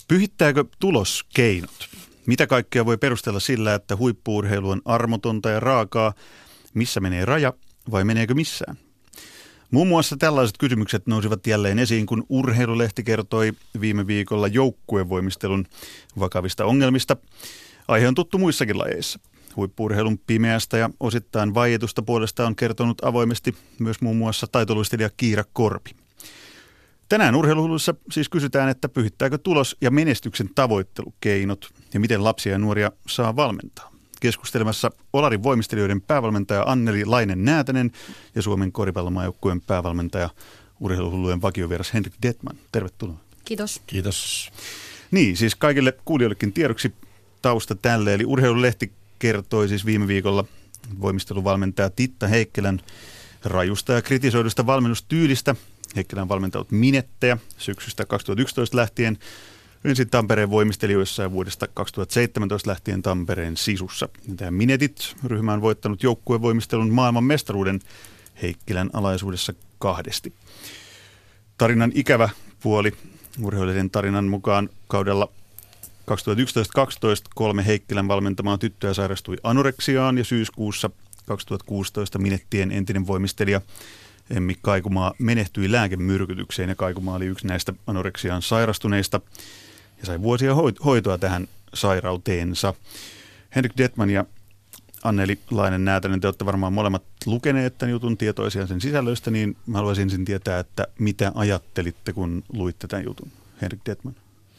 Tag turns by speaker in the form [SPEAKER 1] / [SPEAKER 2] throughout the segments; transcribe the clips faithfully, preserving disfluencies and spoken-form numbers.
[SPEAKER 1] Pyhittääkö tulos keinot? Mitä kaikkea voi perustella sillä, että huippu-urheilu on armotonta ja raakaa? Missä menee raja vai meneekö missään? Muun muassa tällaiset kysymykset nousivat jälleen esiin, kun Urheilulehti kertoi viime viikolla joukkuevoimistelun vakavista ongelmista. Aihe on tuttu muissakin lajeissa. Huippu-urheilun pimeästä ja osittain vaietusta puolesta on kertonut avoimesti myös muun muassa taitoluistelija Kiira Korpi. Tänään Urheiluhulluissa siis kysytään, että pyhittääkö tulos ja menestyksen tavoittelukeinot ja miten lapsia ja nuoria saa valmentaa. Keskustelemassa Olarin voimistelijoiden päävalmentaja Anneli Laine-Näätänen ja Suomen koripallomaajoukkueen päävalmentaja Urheiluhullujen vakiovieras Henrik Detman. Tervetuloa.
[SPEAKER 2] Kiitos.
[SPEAKER 3] Kiitos.
[SPEAKER 1] Niin, siis kaikille kuulijoillekin tiedoksi tausta tälle. Eli Urheilulehti kertoi siis viime viikolla voimisteluvalmentaja Titta Heikkelän rajusta ja kritisoidusta valmennustyylistä. Heikkelä on valmentanut Minettejä syksystä kaksituhattayksitoista lähtien, ensin Tampereen voimistelijoissa ja vuodesta kaksituhattaseitsemäntoista lähtien Tampereen Sisussa. Tämä Minetit-ryhmä on voittanut joukkuevoimistelun maailman mestaruuden Heikkilän alaisuudessa kahdesti. Tarinan ikävä puoli urheilijoiden tarinan mukaan kaudella kaksituhattayksitoista kaksitoista kolme Heikkilän valmentamaa tyttöä sairastui anoreksiaan ja syyskuussa kaksituhattakuusitoista Minettien entinen voimistelija Emmi Kaikumaa menehtyi lääkemyrkytykseen ja Kaikumaa oli yksi näistä anoreksiaan sairastuneista ja sai vuosia hoitoa tähän sairauteensa. Henrik Detman ja Anneli Laine-Näätänen, te olette varmaan molemmat lukeneet tämän jutun, tietoisia sen sisällöstä, niin mä haluaisin ensin tietää, että mitä ajattelitte, kun luitte tämän jutun. Henrik Detman.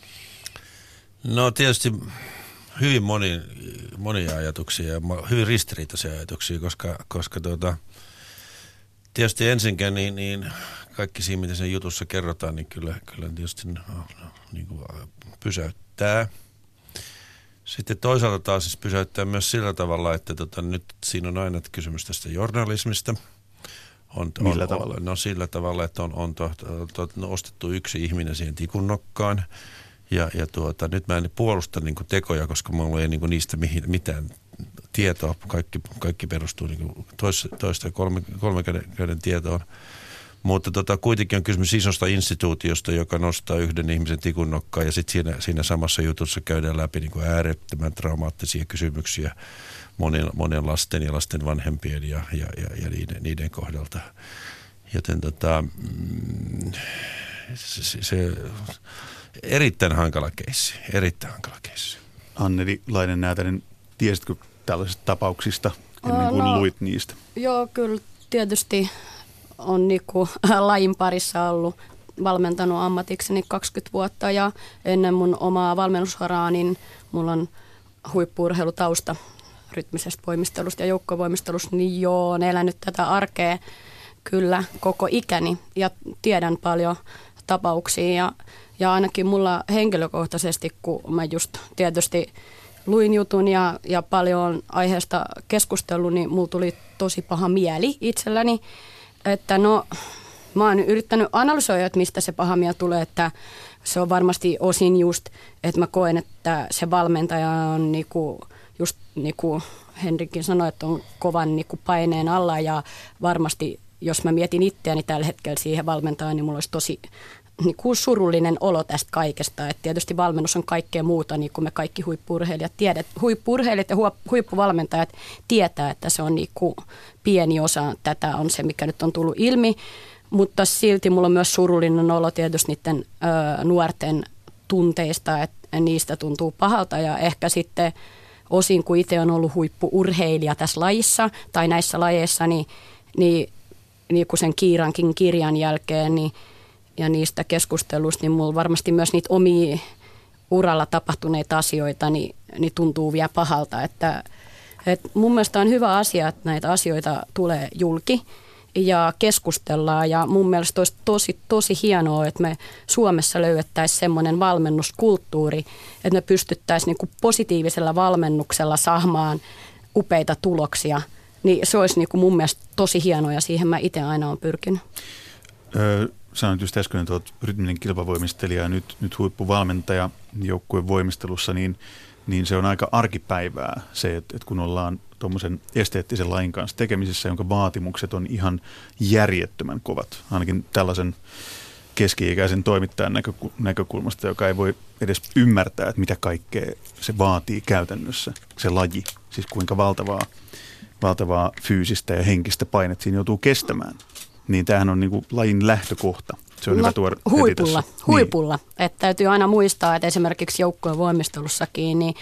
[SPEAKER 3] No tietysti hyvin moni, monia ajatuksia ja hyvin ristiriitaisia ajatuksia, koska, koska tuota, tietysti ensinkään niin, niin kaikki siinä, mitä sen jutussa kerrotaan, niin kyllä, kyllä tietysti no, no, niin kuin pysäyttää. Sitten toisaalta taas siis pysäyttää myös sillä tavalla, että tota, nyt siinä on aina kysymys tästä journalismista. On,
[SPEAKER 1] Millä
[SPEAKER 3] on,
[SPEAKER 1] tavalla?
[SPEAKER 3] No sillä tavalla, että on, on to, to, to, ostettu yksi ihminen siihen tikun nokkaan. Ja, ja tuota, nyt mä en puolusta niin kuin tekoja, koska mulla ei niin kuin niistä mihin, mitään tietoa. Kaikki, kaikki perustuu niin kuin tois, toista ja kolme, kolme käden tietoon. Mutta tota, kuitenkin on kysymys isosta instituutiosta, joka nostaa yhden ihmisen tikun nokkaan. Ja sitten siinä, siinä samassa jutussa käydään läpi niin kuin äärettömän traumaattisia kysymyksiä monen, monen lasten ja lasten vanhempien ja, ja, ja, ja niiden, niiden kohdalta. Joten tota, se... se Erittäin hankala keissi, erittäin hankala keissi.
[SPEAKER 1] Anneli Laine-Näätänen, tiesitkö tällaisista tapauksista ennen kuin
[SPEAKER 2] no,
[SPEAKER 1] luit niistä?
[SPEAKER 2] Joo, kyllä tietysti on niinku lajin parissa ollut valmentanut ammatikseni kaksikymmentä vuotta ja ennen mun omaa valmennusuraa, niin mulla on huippu-urheilutausta rytmisestä voimistelusta ja joukkovoimistelusta, niin joo, on elänyt tätä arkea kyllä koko ikäni ja tiedän paljon tapauksia ja Ja ainakin mulla henkilökohtaisesti, kun mä just tietysti luin jutun ja, ja paljon aiheesta keskustellut, niin mulla tuli tosi paha mieli itselläni. Että no, mä oon yrittänyt analysoida, että mistä se paha mieli tulee, että se on varmasti osin just, että mä koen, että se valmentaja on niinku, just niin kuin Henrikin sanoi, että on kovan niinku paineen alla ja varmasti, jos mä mietin itseäni tällä hetkellä siihen valmentajaan, niin mulla olisi tosi niin kuin surullinen olo tästä kaikesta. Et tietysti valmennus on kaikkea muuta, niin kuin me kaikki huippu-urheilijat, tiedet, huippu-urheilijat ja huippuvalmentajat tietää, että se on niin kuin pieni osa tätä on se, mikä nyt on tullut ilmi. Mutta silti mulla on myös surullinen olo tietysti niiden ö, nuorten tunteista, että niistä tuntuu pahalta. Ja ehkä sitten osin, kun itse on ollut huippu-urheilija tässä lajissa tai näissä lajeissa, niin, niin, niin kuin sen Kiirankin kirjan jälkeen, niin ja niistä keskusteluista, niin mulla varmasti myös niitä omia uralla tapahtuneita asioita, niin, niin tuntuu vielä pahalta. Että, että mun mielestä on hyvä asia, että näitä asioita tulee julki ja keskustellaan. Ja mun mielestä olisi tosi, tosi hienoa, että me Suomessa löydettäisiin semmoinen valmennuskulttuuri, että me pystyttäisiin niin kuin positiivisella valmennuksella saamaan upeita tuloksia. Niin se olisi niin kuin mun mielestä tosi hienoa ja siihen mä itse aina olen pyrkinyt.
[SPEAKER 1] Öö. Sanoit just äsken, että olet rytminen kilpavoimistelija ja nyt, nyt huippuvalmentaja joukkueen voimistelussa, niin, niin se on aika arkipäivää se, että, että kun ollaan tuommoisen esteettisen lajin kanssa tekemisissä, jonka vaatimukset on ihan järjettömän kovat. Ainakin tällaisen keski-ikäisen toimittajan näköku- näkökulmasta, joka ei voi edes ymmärtää, että mitä kaikkea se vaatii käytännössä, se laji, siis kuinka valtavaa, valtavaa fyysistä ja henkistä painetta siinä joutuu kestämään. Niin tämähän on niin kuin lajin lähtökohta. Se on no, hyvä tuoda
[SPEAKER 2] huipulla, huipulla. Niin. Että täytyy aina muistaa, että esimerkiksi joukkueen voimistelussakin niin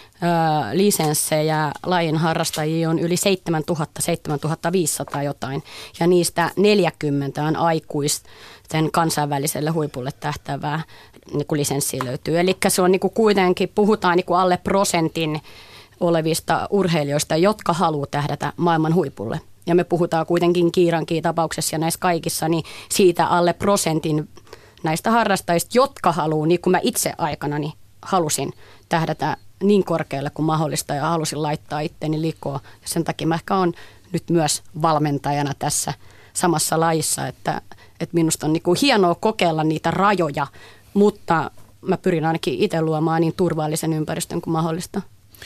[SPEAKER 2] ö, lisenssejä lajin harrastajia on yli seitsemäntuhatta, seitsemäntuhattaviisisataa jotain. Ja niistä neljäkymmentä on aikuisten kansainväliselle huipulle tähtävää niin kuin lisenssiä löytyy. Eli se on niin kuin kuitenkin, puhutaan niin kuin alle prosentin olevista urheilijoista, jotka haluaa tähdätä maailman huipulle. Ja me puhutaan kuitenkin Kiirankin tapauksessa ja näissä kaikissa niin siitä alle prosentin näistä harrastajista, jotka haluaa, niin kuin mä itse aikanani halusin tähdätä niin korkealle kuin mahdollista ja halusin laittaa itteni likoon. Ja sen takia mä ehkä on nyt myös valmentajana tässä samassa lajissa, että, että minusta on niin kuin hienoa kokeilla niitä rajoja, mutta mä pyrin ainakin itse luomaan niin turvallisen ympäristön kuin mahdollista.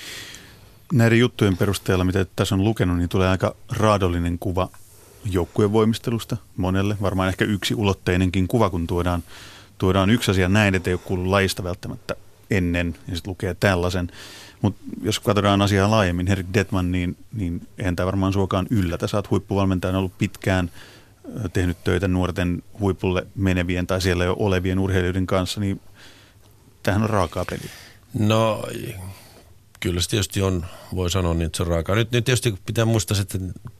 [SPEAKER 1] Näiden juttujen perusteella, mitä tässä on lukenut, niin tulee aika raadollinen kuva joukkueen voimistelusta monelle. Varmaan ehkä yksi ulotteinenkin kuva, kun tuodaan, tuodaan yksi asia näin, että ei ole kuullut lajista välttämättä ennen, ja sitten lukee tällaisen. Mutta jos katsotaan asiaa laajemmin, Henrik Detman, niin, niin eihän tämä varmaan suokaan yllätä. Sä oot huippuvalmentajana ollut pitkään, tehnyt töitä nuorten huipulle menevien tai siellä jo olevien urheilijoiden kanssa, niin tämähän on raakaa peliä.
[SPEAKER 3] No... Kyllä se tietysti on, voi sanoa niin, että se on raakaa. Nyt, nyt tietysti pitää muistaa, että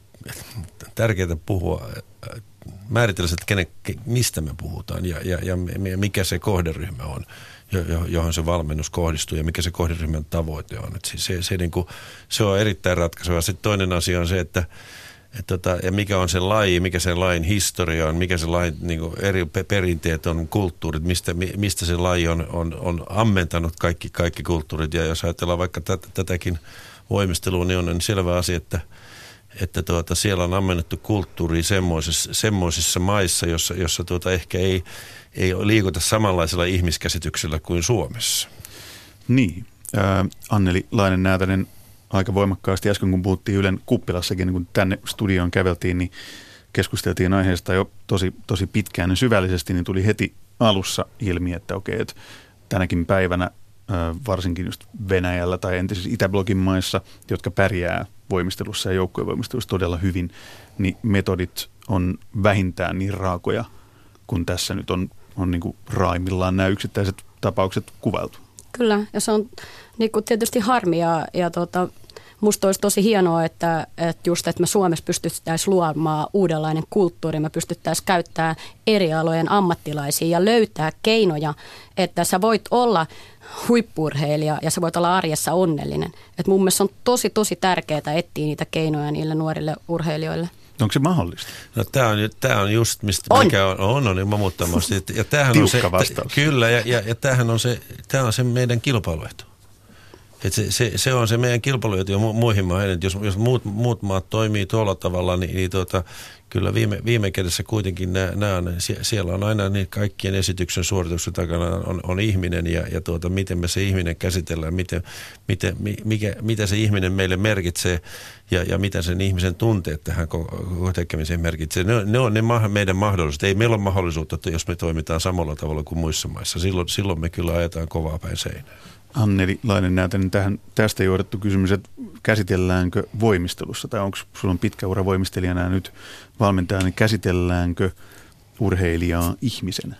[SPEAKER 3] tärkeää puhua, määritellä, että kenen, mistä me puhutaan ja, ja, ja mikä se kohderyhmä on, johon se valmennus kohdistuu ja mikä se kohderyhmän tavoite on. Että se, se, niin kuin, se on erittäin ratkaiseva. Sitten toinen asia on se, että Et tota, ja mikä on se laji, mikä se lajin historia on, mikä se lajin niin kuin eri perinteet on, kulttuurit, mistä, mistä se laji on, on, on ammentanut kaikki, kaikki kulttuurit. Ja jos ajatellaan vaikka tätä, tätäkin voimistelua, niin on niin selvä asia, että, että tuota, siellä on ammennettu kulttuuria semmoisissa, semmoisissa maissa, jossa, jossa tuota ehkä ei, ei liikuta samanlaisella ihmiskäsityksellä kuin Suomessa.
[SPEAKER 1] Niin. Äh, Anneli Laine-Näätänen, aika voimakkaasti äsken, kun puhuttiin Ylen kuppilassakin, niin kun tänne studioon käveltiin, niin keskusteltiin aiheesta jo tosi, tosi pitkään ja syvällisesti, niin tuli heti alussa ilmi, että okei, että tänäkin päivänä varsinkin just Venäjällä tai entisissä Itäblogin maissa, jotka pärjää voimistelussa ja joukkuevoimistelussa todella hyvin, niin metodit on vähintään niin raakoja, kun tässä nyt on, on niin kuin raaimillaan nämä yksittäiset tapaukset kuvailtu.
[SPEAKER 2] Kyllä, ja se on niin kuin tietysti harmi ja, ja tota, musta olisi tosi hienoa, että, että just, että me Suomessa pystyttäisiin luomaan uudenlainen kulttuuri, me pystyttäisiin käyttämään eri alojen ammattilaisia ja löytää keinoja, että sä voit olla huippu-urheilija ja sä voit olla arjessa onnellinen. Et mun mielestä on tosi, tosi tärkeää etsiä niitä keinoja niille nuorille urheilijoille.
[SPEAKER 1] Onko se mahdollista?
[SPEAKER 3] No tämä on, tää on just, mistä
[SPEAKER 2] on.
[SPEAKER 3] mikä on, on, on mamuttamasti. Ja tämähän
[SPEAKER 1] Tiukka
[SPEAKER 3] on se,
[SPEAKER 1] vastaus.
[SPEAKER 3] Kyllä, ja, ja, ja tämähän on se, tämä on se meidän kilpailuehto. Et se, se, se on se meidän kilpailuehto jo mu, muihin maihin. Jos, jos muut, muut maat toimii tuolla tavalla, niin, niin tuota, kyllä viime, viime kädessä kuitenkin nämä, nämä, siellä on aina niin kaikkien esityksen suorituksen takana on, on ihminen ja, ja tuota, miten me se ihminen käsitellään, miten, miten, mikä, mitä se ihminen meille merkitsee ja, ja mitä sen ihmisen tunteet tähän tekemiseen merkitsee. Ne, ne on ne meidän mahdollisuudet. Ei meillä ole mahdollisuutta, että jos me toimitaan samalla tavalla kuin muissa maissa. Silloin, silloin me kyllä ajetaan kovaa päin seinään.
[SPEAKER 1] Anneli Laine-Näätänen, tähän tästä johdettu kysymys, että käsitelläänkö voimistelussa, tai onko sulla on pitkä ura voimistelijana ja nyt valmentajana, niin käsitelläänkö urheilijaa ihmisenä?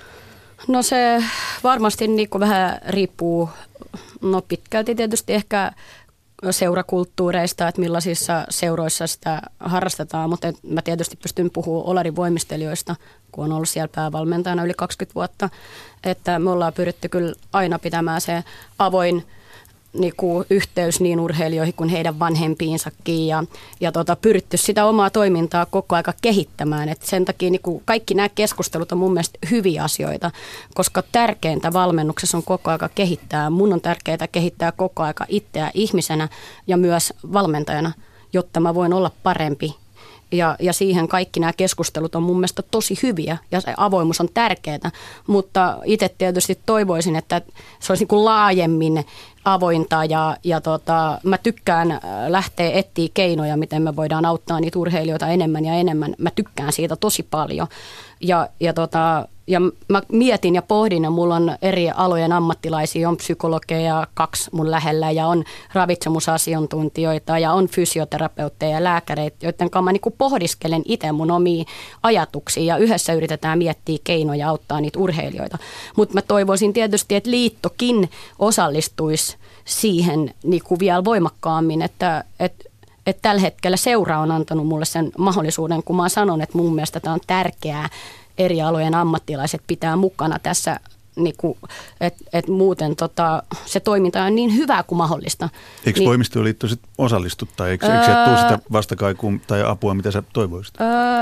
[SPEAKER 2] No se varmasti niin kuin vähän riippuu, no pitkälti tietysti ehkä seurakulttuureista, että millaisissa seuroissa sitä harrastetaan, mutta mä tietysti pystyn puhumaan olarivoimistelijoista, kun on ollut siellä päävalmentajana yli kaksikymmentä vuotta, että me ollaan pyritty kyllä aina pitämään se avoin niin kuin yhteys niin urheilijoihin kuin heidän vanhempiinsakin ja, ja tota, pyritty sitä omaa toimintaa koko aika kehittämään. Et sen takia niin kuin kaikki nämä keskustelut on mun mielestä hyviä asioita, koska tärkeintä valmennuksessa on koko aika kehittää. Mun on tärkeää kehittää koko aika itseä ihmisenä ja myös valmentajana, jotta mä voin olla parempi. Ja, ja siihen kaikki nämä keskustelut on mun mielestä tosi hyviä ja se avoimuus on tärkeää, mutta itse tietysti toivoisin, että se olisi niin kuin laajemmin avointa ja, ja tota, mä tykkään lähteä etsiä keinoja, miten me voidaan auttaa niitä urheilijoita enemmän ja enemmän. Mä tykkään siitä tosi paljon ja, ja, tota, ja mä mietin ja pohdin, ja mulla on eri alojen ammattilaisia, on psykologeja kaksi mun lähellä, ja on ravitsemusasiantuntijoita, ja on fysioterapeutteja ja lääkäreitä, joiden kanssa mä niin kuin pohdiskelen itse mun omia ajatuksia, ja yhdessä yritetään miettiä keinoja auttaa niitä urheilijoita. Mutta mä toivoisin tietysti, että liittokin osallistuisi siihen niin kuin vielä voimakkaammin, että, että, että tällä hetkellä seura on antanut mulle sen mahdollisuuden, kun mä sanon, että mun mielestä tämä on tärkeää, eri alojen ammattilaiset pitää mukana tässä, niin että et muuten tota, se toiminta on niin hyvää kuin mahdollista.
[SPEAKER 1] Eikö niin, Voimistoliitto sitten osallistu, tai eikö, eikö sieltä tule sitä vastakaikua tai apua, mitä sä toivoisit?
[SPEAKER 2] Öö,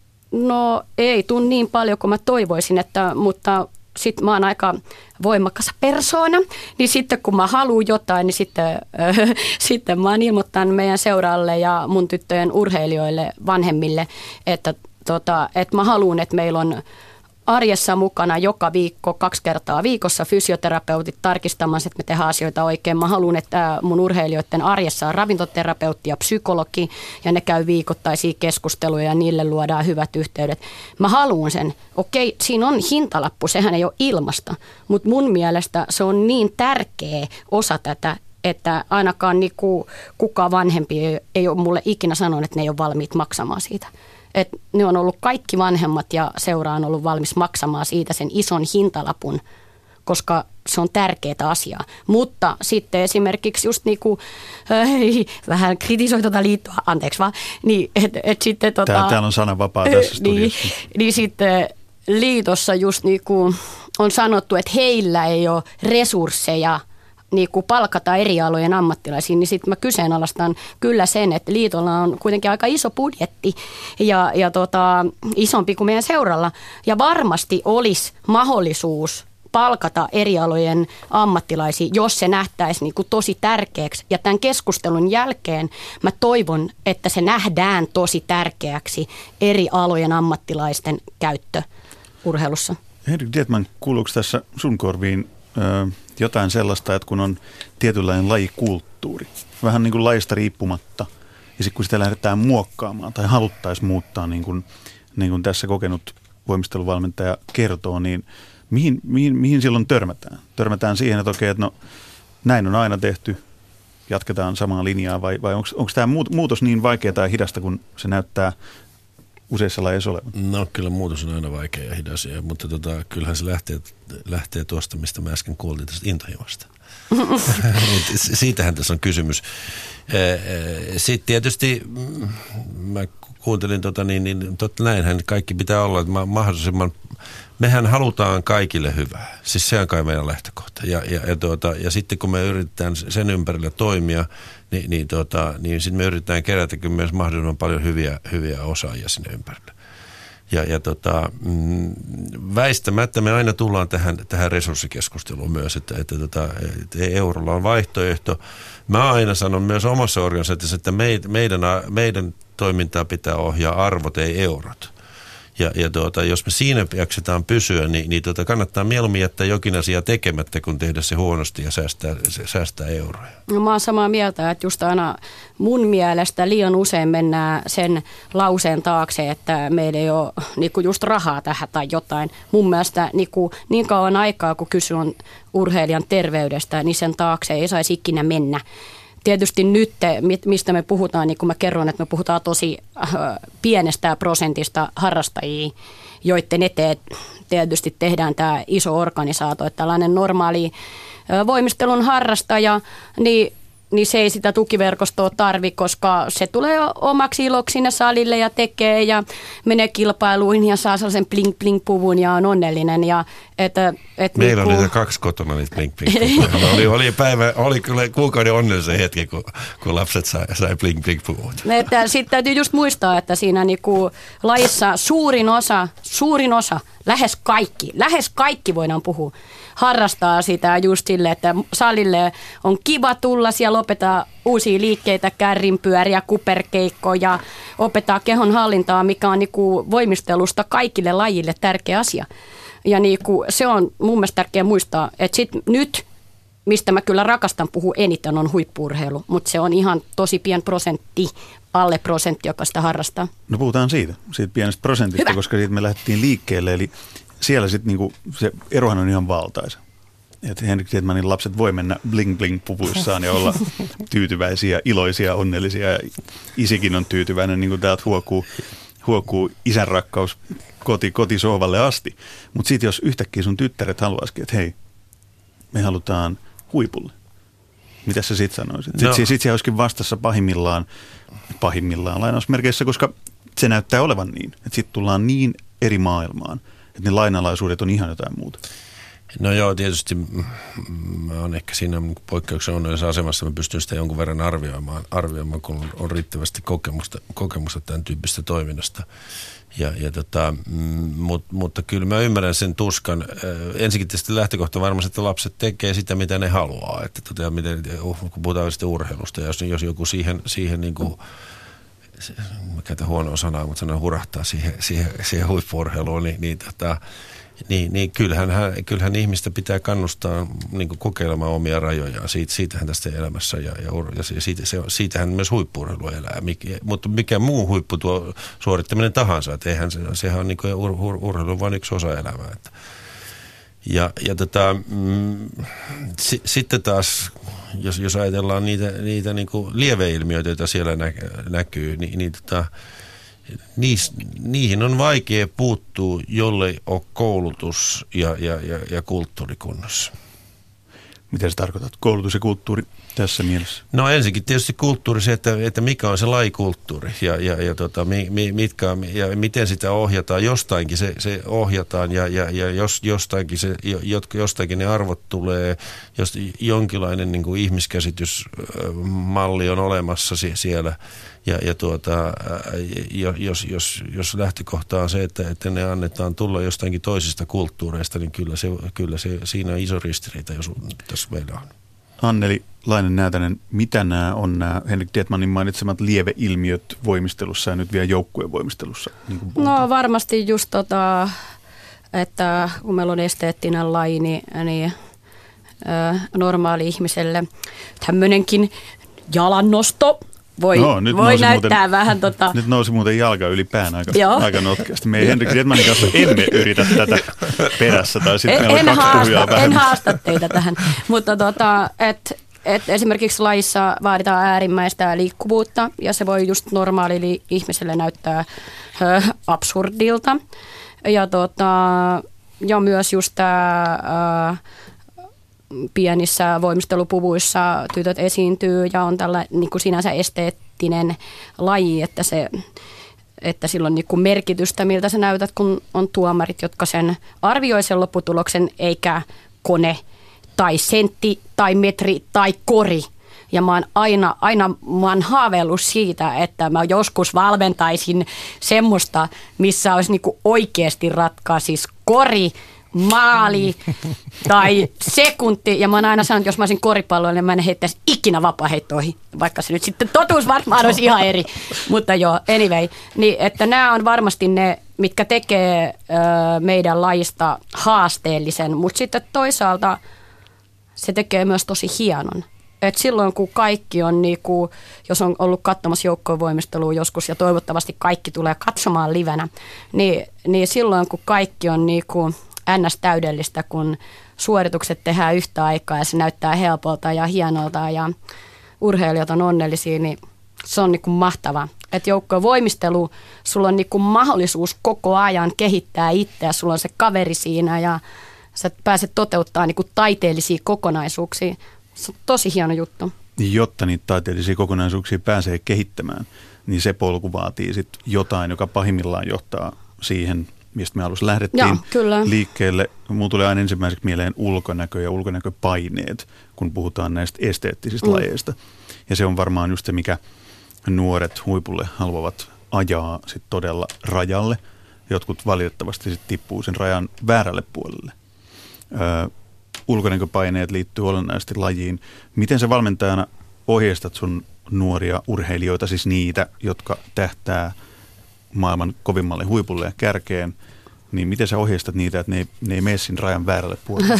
[SPEAKER 2] no ei tule niin paljon kuin mä toivoisin, että, mutta sitten mä oon aika voimakas persoona, niin sitten kun mä haluan jotain, niin sitten, äh, sitten mä oon ilmoittanut meidän seuraalle ja mun tyttöjen urheilijoille, vanhemmille, että, tota, että mä haluan, että meillä on arjessa mukana joka viikko, kaksi kertaa viikossa fysioterapeutit tarkistamassa, että me tehdään asioita oikein. Mä haluan, että mun urheilijoiden arjessa on ravintoterapeutti ja psykologi, ja ne käy viikoittaisia keskusteluja ja niille luodaan hyvät yhteydet. Mä haluan sen. Okei, siinä on hintalappu, sehän ei ole ilmasta, mutta mun mielestä se on niin tärkeä osa tätä, että ainakaan niinku kukaan vanhempi ei ole mulle ikinä sanonut, että ne ei ole valmiit maksamaan siitä. Että ne on ollut kaikki vanhemmat ja seura on ollut valmis maksamaan siitä sen ison hintalapun, koska se on tärkeää asiaa. Mutta sitten esimerkiksi just niin kuin, äh, vähän kritisoi tuota liittoa, anteeksi vaan, niin että et sitten tota,
[SPEAKER 1] Tää, täällä on sananvapaa tässä studiossa.
[SPEAKER 2] Niin, niin sitten liitossa just niin kuin on sanottu, että heillä ei ole resursseja niin kuin palkata eri alojen ammattilaisiin, niin sitten mä kyseenalaistan kyllä sen, että liitolla on kuitenkin aika iso budjetti ja, ja tota, isompi kuin meidän seuralla. Ja varmasti olisi mahdollisuus palkata eri alojen ammattilaisia, jos se nähtäisi niin kuin tosi tärkeäksi. Ja tämän keskustelun jälkeen mä toivon, että se nähdään tosi tärkeäksi eri alojen ammattilaisten käyttö urheilussa.
[SPEAKER 1] Henrik Dietman, kuuluuko tässä sun korviin ö, jotain sellaista, että kun on tietynlainen lajikulttuuri, vähän niin kuin lajista riippumatta, ja sitten kun sitä lähdetään muokkaamaan tai haluttaisiin muuttaa, niin kuin, niin kuin tässä kokenut voimisteluvalmentaja kertoo, niin mihin, mihin, mihin silloin törmätään? Törmätään siihen, että okei, että no näin on aina tehty, jatketaan samaa linjaa, vai, vai onko tämä muutos niin vaikeaa tai hidasta, kun se näyttää useissa lajeissa olevan?
[SPEAKER 3] No kyllä muutos on aina vaikea ja hidas, mutta tota, kyllähän se lähtee, lähtee tuosta, mistä mä äsken kuultiin, tästä intohimosta. Siitähän tässä on kysymys. Sitten tietysti mä kuuntelin, tota, niin, niin totta näinhän kaikki pitää olla, että mahdollisimman, mehän halutaan kaikille hyvää. Siis se on kai meidän lähtökohta. Ja, ja, ja, tuota, ja sitten kun me yritetään sen ympärillä toimia, niin, niin, tuota, niin sitten me yritetään kerätä myös mahdollisimman paljon hyviä, hyviä osaajia sinne ympärille. Ja, ja tota, mm, väistämättä me aina tullaan tähän, tähän resurssikeskusteluun myös, että, että, että, että eurolla on vaihtoehto. Mä aina sanon myös omassa organisaatiossa, että meid, meidän, meidän toimintaa pitää ohjaa arvot, ei eurot. Ja, ja tuota, jos me siinä jaksetaan pysyä, niin, niin tuota, kannattaa mieluummin jättää jokin asia tekemättä, kun tehdä se huonosti ja säästää, säästää euroja. No,
[SPEAKER 2] mä oon samaa mieltä, että just aina mun mielestä liian usein mennään sen lauseen taakse, että meillä ei ole niin kuin just rahaa tähän tai jotain. Mun mielestä niin, kuin, niin kauan aikaa, kun kysy on urheilijan terveydestä, niin sen taakse ei saisi ikinä mennä. Tietysti nyt, mistä me puhutaan, niin kuin mä kerron, että me puhutaan tosi pienestä prosentista harrastajia, joiden eteen tietysti tehdään tämä iso organisaatio, että tällainen normaali voimistelun harrastaja, niin niin se ei sitä tukiverkostoa tarvi, koska se tulee omaksi iloksi sinne salille ja tekee ja menee kilpailuihin ja saa sellaisen bling-bling-puvun ja on onnellinen. Ja, että, et
[SPEAKER 3] Meillä
[SPEAKER 2] niinku...
[SPEAKER 3] oli niitä kaksi kotona niitä bling-bling-puvuja. oli, oli, päivä, oli kyllä kuukauden onnellisen hetki, kun, kun lapset sai, sai bling-bling-puvut.
[SPEAKER 2] Sitten täytyy just muistaa, että siinä niinku lajissa suurin osa, suurin osa, lähes kaikki, lähes kaikki voidaan puhua, harrastaa sitä just sille, että salille on kiva tulla, siellä opettaa uusia liikkeitä, kärrinpyöriä, kuperkeikkoja, opettaa kehon hallintaa, mikä on niinku voimistelusta kaikille lajille tärkeä asia. Ja niinku, se on mun mielestä tärkeää muistaa, että sit nyt, mistä mä kyllä rakastan puhua eniten, on huippu-urheilu, mutta se on ihan tosi pien prosentti, alle prosentti, joka sitä harrastaa.
[SPEAKER 1] No puhutaan siitä, siitä pienestä prosentista, Hyvä. Koska siitä me lähdettiin liikkeelle, eli siellä sitten niinku, se erohan on ihan valtaisa. Että Henrik Tietmanin lapset voi mennä bling-bling-puvuissaan ja olla tyytyväisiä, iloisia, onnellisia. Ja isikin on tyytyväinen, niin kuin täältä huokuu, huokuu isän rakkaus koti, kotisohvalle asti. Mutta sitten jos yhtäkkiä sun tyttäret haluaisikin, että hei, me halutaan huipulle. Mitä sä sitten sanoisit? Sitten no. sit se olisikin vastassa pahimmillaan, pahimmillaan lainausmerkeissä, koska se näyttää olevan niin. Että sitten tullaan niin eri maailmaan, että ne lainalaisuudet on ihan jotain muuta.
[SPEAKER 3] No joo, tietysti mä oon ehkä siinä poikkeuksen onnellisessa asemassa, mä pystyn sitä jonkun verran arvioimaan, arvioimaan kun on riittävästi kokemusta, kokemusta tämän tyyppistä toiminnasta. Ja, ja tota, mut, mutta kyllä mä ymmärrän sen tuskan. Ensinnäkin tietysti lähtökohta varmasti, että lapset tekee sitä, mitä ne haluaa. Että tota, miten, kun puhutaan sitten urheilusta, ja jos, jos joku siihen, siihen niin kuin, mä käytän huonoa sanaa, mutta sanon hurahtaa siihen, siihen, siihen huippu-urheiluun, niin, niin tota, Niin, niin kyllähän, kyllähän ihmistä pitää kannustaa niin kuin kokeilemaan omia rajojaan. Siitä, siitähän tästä elämässä ja, ja, ja siitä, se, siitähän myös huippu-urheilu elää. Mik, mutta mikä muu huippu tuo suorittaminen tahansa. Että eihän se, sehän on niin kuin ur, ur, urheilu vain yksi osa elämää. Että. Ja, ja tota, mm, si, sitten taas, jos, jos ajatellaan niitä, niitä niin kuin lieveilmiöitä, joita siellä nä, näkyy, niin, niin tota, Niis, niihin on vaikea puuttua, jollei ole koulutus ja, ja, ja, ja kulttuuri kunnossa.
[SPEAKER 1] Mitä sä tarkoitat? Koulutus ja kulttuuri tässä mielessä?
[SPEAKER 3] No ensinnäkin tietysti kulttuuri se, että, että mikä on se lajikulttuuri ja, ja, ja, tota, mi, mi, mitkä, ja miten sitä ohjataan. Jostainkin se, se ohjataan ja, ja, ja jos, jostainkin, se, jostainkin ne arvot tulee, jos jonkinlainen niin kuin ihmiskäsitysmalli on olemassa siellä. Ja, ja tuota, jos, jos, jos lähtökohta on se, että, että ne annetaan tulla jostainkin toisista kulttuureista, niin kyllä, se, kyllä se, siinä on iso ristiriita, jos tässä meillä on.
[SPEAKER 1] Anneli Laine-Näätänen, mitä nämä on nämä Henrik Tietmanin mainitsemat lieveilmiöt voimistelussa ja nyt vielä joukkueen voimistelussa? Niin
[SPEAKER 2] no varmasti just tota, että kun meillä on esteettinen laji, niin, niin äh, normaali ihmiselle tämmöinenkin jalannosto Voi, no, voi näyttää
[SPEAKER 1] muuten,
[SPEAKER 2] vähän tota...
[SPEAKER 1] Nyt nousi muuten jalka yli pään aika, aika notkeasti. Me ei Henrik Tietmanin kanssa emme yritä tätä perässä. Tai sitten
[SPEAKER 2] en, en, haasta, en haasta teitä tähän. Mutta tota, et, et esimerkiksi lajissa vaaditaan äärimmäistä liikkuvuutta. Ja se voi just normaalille ihmiselle näyttää ö, absurdilta. Ja, tota, ja myös just tämä... pienissä voimistelupuvuissa tytöt esiintyy ja on tällä niin kuin sinänsä esteettinen laji, että, se, että sillä on niin kuin merkitystä, miltä sä näytät, kun on tuomarit, jotka sen arvioi sen lopputuloksen, eikä kone tai sentti tai metri tai kori. Ja mä oon aina, aina mä oon haaveillut siitä, että mä joskus valmentaisin semmoista, missä olisi niin kuin oikeasti ratkaa, siis kori, maali tai sekunti. Ja mä oon aina sanonut, että jos mä olisin koripalloilla, niin mä en heittäisi ikinä vapaaheittoihin, vaikka se nyt sitten totuus varmaan olisi ihan eri. Mutta joo, anyway. Niin, että nämä on varmasti ne, mitkä tekee ö, meidän lajista haasteellisen, mutta sitten toisaalta se tekee myös tosi hienon. Et silloin kun kaikki on, niinku, jos on ollut katsomassa joukkovoimistelua joskus ja toivottavasti kaikki tulee katsomaan livenä, niin, niin silloin kun kaikki on niinku ns. Täydellistä, kun suoritukset tehdään yhtä aikaa ja se näyttää helpolta ja hienolta ja urheilijat on onnellisia, niin se on niinku mahtavaa. Että joukkovoimistelu, sulla on niinku mahdollisuus koko ajan kehittää itseä, sulla on se kaveri siinä ja sä pääset toteuttamaan niinku taiteellisia kokonaisuuksia. Se on tosi hieno juttu.
[SPEAKER 1] Jotta niitä taiteellisia kokonaisuuksia pääsee kehittämään, niin se polku vaatii sit jotain, joka pahimmillaan johtaa siihen, mistä me alussa lähdettiin
[SPEAKER 2] Joo, kyllä.
[SPEAKER 1] liikkeelle. Mulla tulee aina ensimmäiseksi mieleen ulkonäkö ja ulkonäköpaineet, kun puhutaan näistä esteettisistä mm. lajeista. Ja se on varmaan just se, mikä nuoret huipulle haluavat ajaa sit todella rajalle. Jotkut valitettavasti sit tippuu sen rajan väärälle puolelle. Öö, ulkonäköpaineet liittyy olennaisesti lajiin. Miten sä valmentajana ohjeistat sun nuoria urheilijoita, siis niitä, jotka tähtää maailman kovimmalle huipulle ja kärkeen, niin miten sä ohjeistat niitä, että ne ei, ne ei mene siinä rajan väärälle puolelle?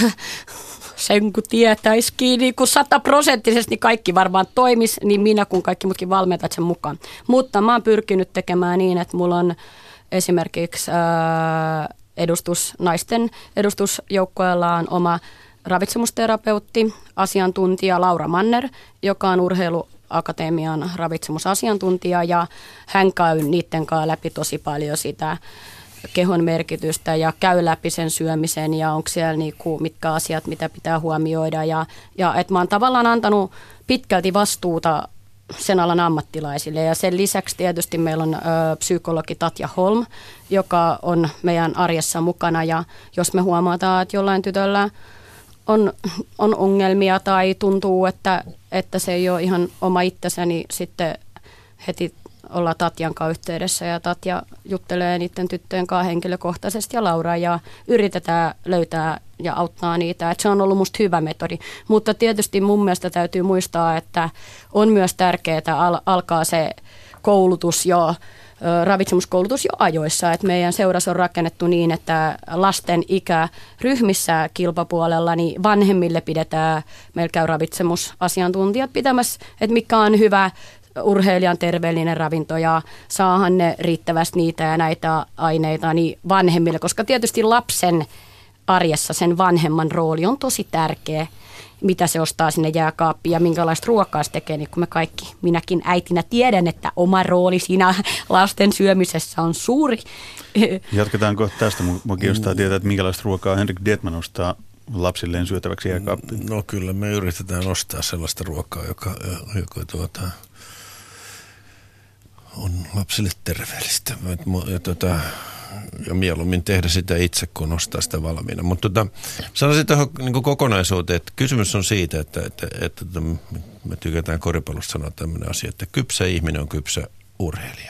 [SPEAKER 2] Sen kun tietäisikin, niin kun sataprosenttisesti niin kaikki varmaan toimisi, niin minä kuin kaikki muutkin valmentajat sen mukaan. Mutta mä oon pyrkinyt tekemään niin, että mulla on esimerkiksi ää, edustus, naisten edustusjoukkueella on oma ravitsemusterapeutti, asiantuntija Laura Manner, joka on urheiluakatemian ravitsemusasiantuntija ja hän käy niiden kanssa läpi tosi paljon sitä kehon merkitystä ja käy läpi sen syömisen ja onko siellä niinku, mitkä asiat, mitä pitää huomioida. Ja, ja että mä oon tavallaan antanut pitkälti vastuuta sen alan ammattilaisille ja sen lisäksi tietysti meillä on ö, psykologi Tatja Holm, joka on meidän arjessa mukana ja jos me huomataan, että jollain tytöllä on, on ongelmia tai tuntuu, että, että se ei ole ihan oma itsensä, niin sitten heti ollaan Tatjan kanssa yhteydessä ja Tatja juttelee niiden tyttöjen kanssa henkilökohtaisesti ja Laura ja yritetään löytää ja auttaa niitä. Et se on ollut musta hyvä metodi, mutta tietysti mun mielestä täytyy muistaa, että on myös tärkeää al- alkaa se koulutus jo, ravitsemuskoulutus jo ajoissa, että meidän seurassa on rakennettu niin, että lasten ikäryhmissä kilpapuolella niin vanhemmille pidetään, meillä käy ravitsemusasiantuntijat pitämässä, että mikä on hyvä urheilijan terveellinen ravinto ja saahan ne riittävästi niitä ja näitä aineita niin vanhemmille, koska tietysti lapsen arjessa sen vanhemman rooli on tosi tärkeä, mitä se ostaa sinne jääkaappiin ja minkälaista ruokaa se tekee, niin kun me kaikki, minäkin äitinä tiedän, että oma rooli siinä lasten syömisessä on suuri.
[SPEAKER 1] Jatketaanko tästä? Mua kiinnostaa tietää, että minkälaista ruokaa Henrik Detman ostaa lapsilleen syötäväksi jääkaappiin.
[SPEAKER 3] No kyllä me yritetään ostaa sellaista ruokaa, joka, joka tuota, on lapsille terveellistä. Ja, tuota, ja mieluummin tehdä sitä itse, kun ostaa sitä valmiina. Mutta tota, sanoisin tuohon niin kokonaisuuteen, että kysymys on siitä, että, että, että, että me tykätään koripallosta sanoa tämmöinen asia, että kypsä ihminen on kypsä urheilija.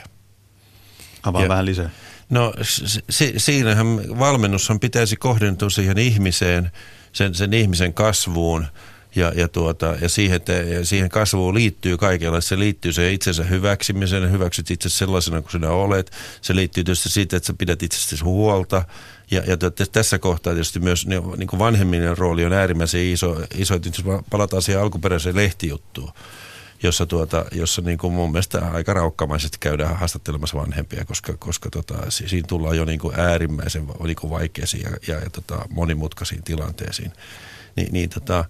[SPEAKER 1] Avaa ja, vähän lisää.
[SPEAKER 3] No si, siinähän valmennushan pitäisi kohdentua siihen ihmiseen, sen, sen ihmisen kasvuun ja, ja, tuota, ja, siihen, te, ja siihen kasvuun liittyy kaikella. Se liittyy se itsensä hyväksymiseen ja hyväksyt itse sellaisena kuin sinä olet. Se liittyy tietysti siitä, että sä pidät itsestäsi huolta. Ja, ja tässä kohtaa tietysti myös niin kuin vanhemminen rooli on äärimmäisen iso. iso jos palataan siihen alkuperäiseen lehtijuttuun, jossa, tuota, jossa niin kuin mun mielestä aika raukkamaisesti käydään haastattelemassa vanhempia, koska, koska tota, siinä tullaan jo niin kuin äärimmäisen niin kuin vaikeisiin ja, ja, ja tota, monimutkaisiin tilanteisiin. Ni, niin, tota,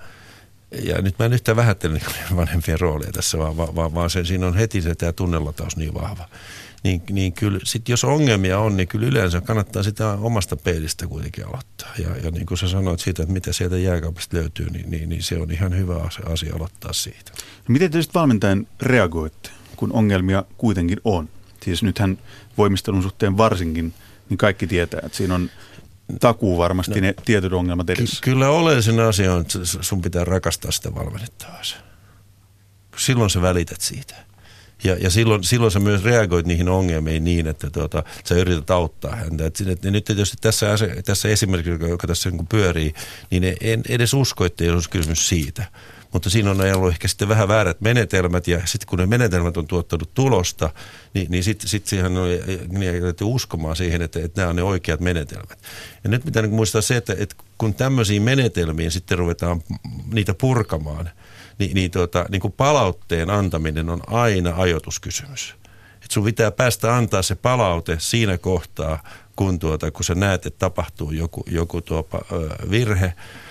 [SPEAKER 3] ja nyt mä en yhtään vähättele niin vanhempien roolia tässä, vaan, vaan, vaan sen, siinä on heti se tämä tunnelataus niin vahva. Niin, niin kyllä, sit jos ongelmia on, niin kyllä yleensä kannattaa sitä omasta peilistä kuitenkin aloittaa. Ja, ja niin kuin sä sanoit siitä, että mitä sieltä jääkaapista löytyy, niin, niin, niin se on ihan hyvä asia aloittaa siitä.
[SPEAKER 1] No miten te sitten valmentajan reagoitte, kun ongelmia kuitenkin on? Siis nythän voimistelun suhteen varsinkin, niin kaikki tietää, että siinä on takuu varmasti no, ne tietyt ongelmat edessä.
[SPEAKER 3] Ky- kyllä oleellinen asia on, että sun pitää rakastaa sitä valmennettavaa. Silloin sä välität siitä. Ja, ja silloin, silloin sä myös reagoit niihin ongelmiin niin, että tuota, sä yrität auttaa häntä. Et, et nyt tietysti tässä, tässä esimerkiksi, joka tässä niin pyörii, niin en edes usko, että ei olisi kysymys siitä. Mutta siinä on ollut ehkä sitten vähän väärät menetelmät, ja sitten kun ne menetelmät on tuottanut tulosta, niin, niin sitten sit siihen on jätetty uskomaan siihen, että, että nämä on ne oikeat menetelmät. Ja nyt pitää muistaa se, että, että kun tämmöisiin menetelmiin sitten ruvetaan niitä purkamaan, niin, niin, tuota, niin kuin palautteen antaminen on aina ajoituskysymys. Et sun pitää päästä antaa se palaute siinä kohtaa, kun, tuota, kun sä näet, että tapahtuu joku, joku tuopa, ö, virhe.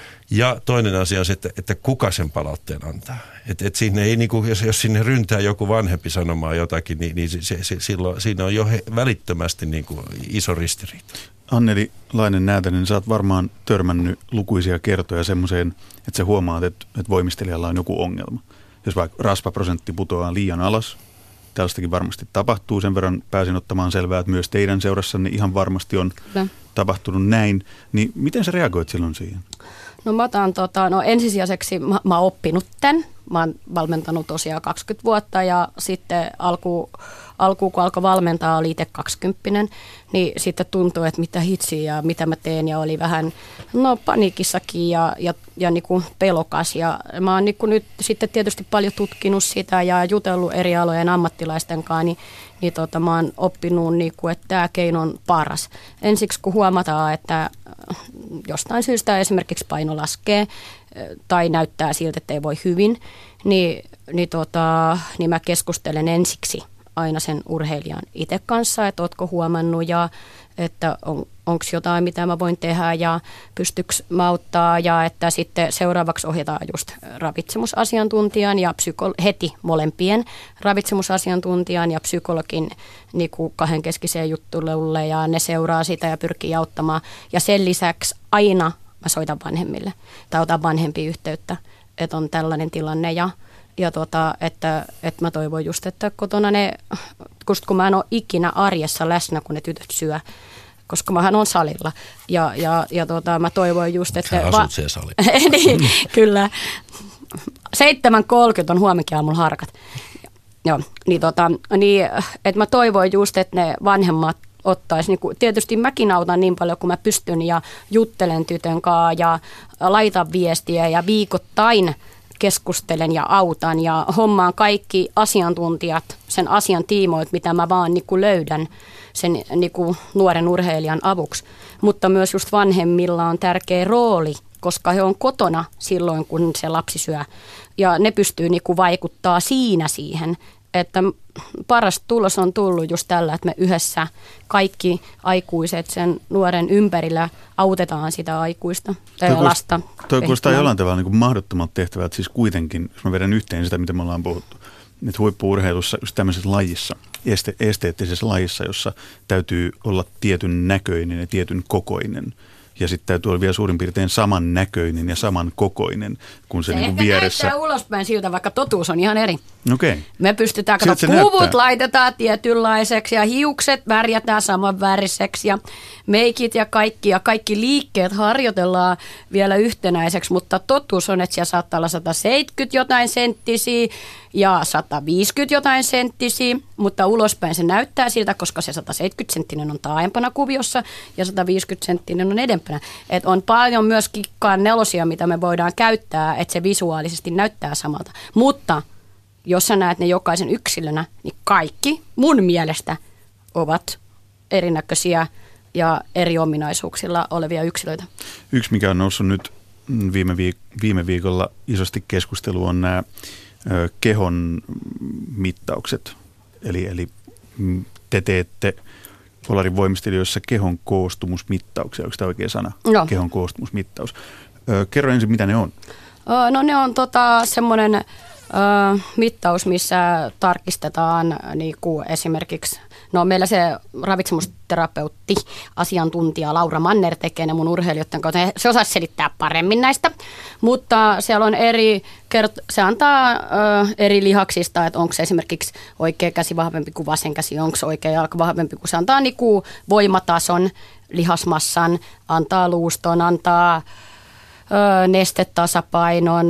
[SPEAKER 3] Ja toinen asia on se, että, että kuka sen palautteen antaa. Et, et siinä ei, niin kuin, jos, jos sinne ryntää joku vanhempi sanomaan jotakin, niin, niin se, se, silloin, siinä on jo he, välittömästi niin kuin iso ristiriita.
[SPEAKER 1] Anneli Laine-Näätänen, sä oot varmaan törmännyt lukuisia kertoja semmoiseen, että sä huomaat, että, että voimistelijalla on joku ongelma. Jos vaikka rasvaprosentti putoaa liian alas, tällaistakin varmasti tapahtuu. Sen verran pääsin ottamaan selvää, että myös teidän seurassanne ihan varmasti on no. tapahtunut näin. Niin miten sä reagoit silloin siihen?
[SPEAKER 2] No mä otan tota, no ensisijaiseksi, mä, mä oon oppinut tämän. Mä oon valmentanut tosiaan kaksikymmentä vuotta ja sitten alkuun, alku, kun alkoi valmentaa, oli itse kaksikymppinen, niin sitten tuntui, että mitä hitsiä ja mitä mä teen ja oli vähän no paniikissakin ja, ja, ja niin kuin pelokas. Ja mä oon niin kuin nyt sitten tietysti paljon tutkinut sitä ja jutellut eri alojen ammattilaisten kanssa, niin, niin tota, mä oon oppinut, niin kuin, että tämä keino on paras. Ensiksi kun huomataan, että jostain syystä esimerkiksi paino laskee tai näyttää siltä, että ei voi hyvin, niin, niin, tota, niin mä keskustelen ensiksi aina sen urheilijan itse kanssa, että ootko huomannut ja että on, onko jotain, mitä mä voin tehdä ja pystyykö mä auttaa ja että sitten seuraavaksi ohjataan just ravitsemusasiantuntijan ja psyko- heti molempien ravitsemusasiantuntijan ja psykologin niin kuin kahdenkeskiseen juttelulle ja ne seuraa sitä ja pyrkii auttamaan ja sen lisäksi aina mä soitan vanhemmille tai otan vanhempia yhteyttä, että on tällainen tilanne ja Ja tuota, että, että mä toivon just, että kotona ne, kun mä en ole ikinä arjessa läsnä, kun ne tytöt syö, koska mähän on salilla. Ja, ja, ja tuota, mä toivon just, että...
[SPEAKER 3] Sä asut va- siellä salilla.
[SPEAKER 2] niin, kyllä. seitsemän kolmekymmentä on huomenkin aamulla harkat. Joo, niin, tota, niin että mä toivon just, että ne vanhemmat ottaisi, niin kuin, tietysti mäkin autan niin paljon kuin mä pystyn ja juttelen tytön kanssa ja laitan viestiä ja viikoittain keskustelen ja autan ja hommaan kaikki asiantuntijat sen asian tiimoilta, mitä mä vaan niin kuin löydän sen niin kuin nuoren urheilijan avuksi. Mutta myös just vanhemmilla on tärkeä rooli, koska he on kotona silloin, kun se lapsi syö. Ja ne pystyy niin kuin vaikuttaa siinä siihen, että paras tulos on tullut just tällä, että me yhdessä kaikki aikuiset sen nuoren ympärillä autetaan sitä aikuista tai toi lasta.
[SPEAKER 1] Toi kuulostaa jollain tavalla niin kuin mahdottomalta tehtävältä, siis kuitenkin, jos mä vedän yhteen sitä, mitä me ollaan puhuttu, että huippu-urheilussa, just tämmöisessä lajissa, este, esteettisessä lajissa, jossa täytyy olla tietyn näköinen ja tietyn kokoinen. Ja sitten täytyy olla vielä suurin piirtein saman näköinen ja saman kokoinen kuin se, se niin kuin vieressä. Se
[SPEAKER 2] näyttää ulospäin siltä, vaikka totuus on ihan eri.
[SPEAKER 1] Okay.
[SPEAKER 2] Me pystytään, kato, puvut näyttää. Laitetaan tietynlaiseksi ja hiukset värjätään samanväriseksi ja meikit ja kaikki ja kaikki liikkeet harjoitellaan vielä yhtenäiseksi, mutta totuus on, että siellä saattaa olla sata seitsemänkymmentä jotain senttisiä ja sata viisikymmentä jotain senttisiä, mutta ulospäin se näyttää siltä, koska se sata seitsemänkymmentä senttinen on taaempana kuviossa ja sata viisikymmentä senttinen on edempänä. Et on paljon myös kikkaan nelosia, mitä me voidaan käyttää, että se visuaalisesti näyttää samalta, mutta jos sä näet ne jokaisen yksilönä, niin kaikki mun mielestä ovat erinäköisiä ja eri ominaisuuksilla olevia yksilöitä.
[SPEAKER 1] Yksi, mikä on noussut nyt viime, viik- viime viikolla isosti keskusteluun, on nämä ö, kehon mittaukset. Eli, eli te teette Polarin voimistelijoissa kehon koostumusmittauksia. Onko tämä oikea sana?
[SPEAKER 2] No.
[SPEAKER 1] Kehon koostumusmittaus. Ö, kerro ensin, mitä ne on.
[SPEAKER 2] No ne on tota, semmoinen Ö, mittaus, missä tarkistetaan niin kuin esimerkiksi, no meillä se ravitsemusterapeutti, asiantuntija Laura Manner tekee ne mun urheilijoiden kautta. Se osaisi selittää paremmin näistä, mutta siellä on eri, se antaa ö, eri lihaksista, että onko se esimerkiksi oikea käsi vahvempi kuin vasen käsi, onko se oikea jalka vahvempi kuin se antaa niin kuin voimatason, lihasmassan, antaa luuston, antaa ö, nestetasapainon,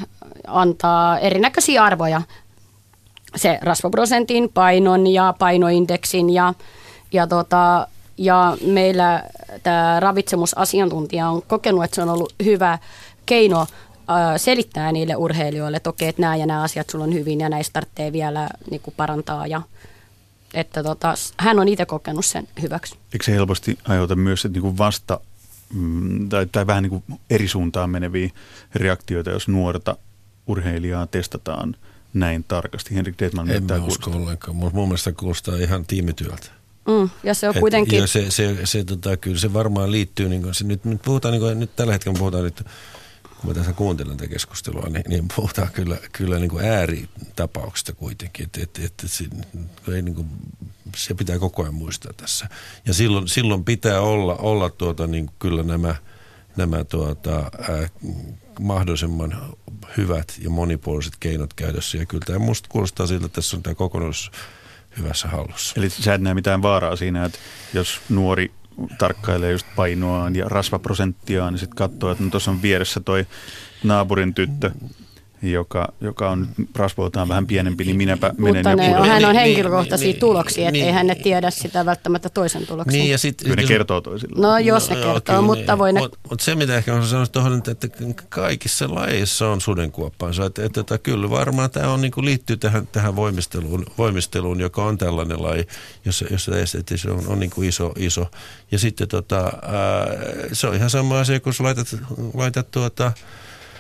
[SPEAKER 2] antaa erinäköisiä arvoja, se rasvaprosentin, painon ja painoindeksin ja, ja, tota, ja meillä tämä ravitsemusasiantuntija on kokenut, että se on ollut hyvä keino ää, selittää niille urheilijoille, että okei, että nämä ja nämä asiat sulla on hyvin ja näistä tarvitsee vielä niin kuin parantaa ja että tota, hän on itse kokenut sen hyväksi.
[SPEAKER 1] Eikö se helposti aiheuta myös että niin kuin vasta mm, tai, tai vähän niin kuin eri suuntaan meneviä reaktioita, jos nuorta urheilijaa testataan näin tarkasti? Henrik Detman,
[SPEAKER 3] en mä usko ollenkaan. Mun mielestä kuulostaa ihan tiimityöltä.
[SPEAKER 2] Mm, ja se on Et, kuitenkin...
[SPEAKER 3] Ja se, se, se, tota, kyllä se varmaan liittyy, niin kuin, se, nyt, nyt puhutaan, niin kuin, nyt tällä hetkellä puhutaan, nyt, kun mä tässä kuuntelen tätä keskustelua, niin, niin puhutaan kyllä, kyllä niin kuin ääritapauksista kuitenkin. Et, et, et, et se, ei, niin kuin, se pitää koko ajan muistaa tässä. Ja silloin, silloin pitää olla, olla tuota, niin kyllä nämä, nämä tuota, ää, mahdollisimman hyvät ja monipuoliset keinot käytössä. Ja kyllä tämä musta kuulostaa siltä, että tässä on tämä kokonaisuus hyvässä hallussa.
[SPEAKER 1] Eli sä et näe mitään vaaraa siinä, että jos nuori tarkkailee just painoaan ja rasvaprosenttiaan, niin sitten katsoo, että no tuossa on vieressä toi naapurin tyttö, joka, joka on rasvoiltaan vähän pienempi, niin minäpä menen
[SPEAKER 2] Mutta
[SPEAKER 1] ja
[SPEAKER 2] hän on henkilökohtaisia niin, tuloksia, ettei niin, hän ne tiedä sitä välttämättä toisen tuloksia.
[SPEAKER 3] Niin, ja sit,
[SPEAKER 1] kyllä ne kertoo toisille.
[SPEAKER 2] No jos no, ne kertoo, joo, mutta voi ne...
[SPEAKER 3] Mutta mut se, mitä ehkä on sanonut tuohon, että kaikissa lajeissa on sudenkuoppansa. Että, että, että kyllä varmaan tämä on, niin kuin liittyy tähän, tähän voimisteluun, voimisteluun, joka on tällainen laji, jossa, jossa esteettisyys on, on niin kuin iso, iso. Ja sitten tota, ää, se on ihan sama asia, kun laitat, laitat tuota...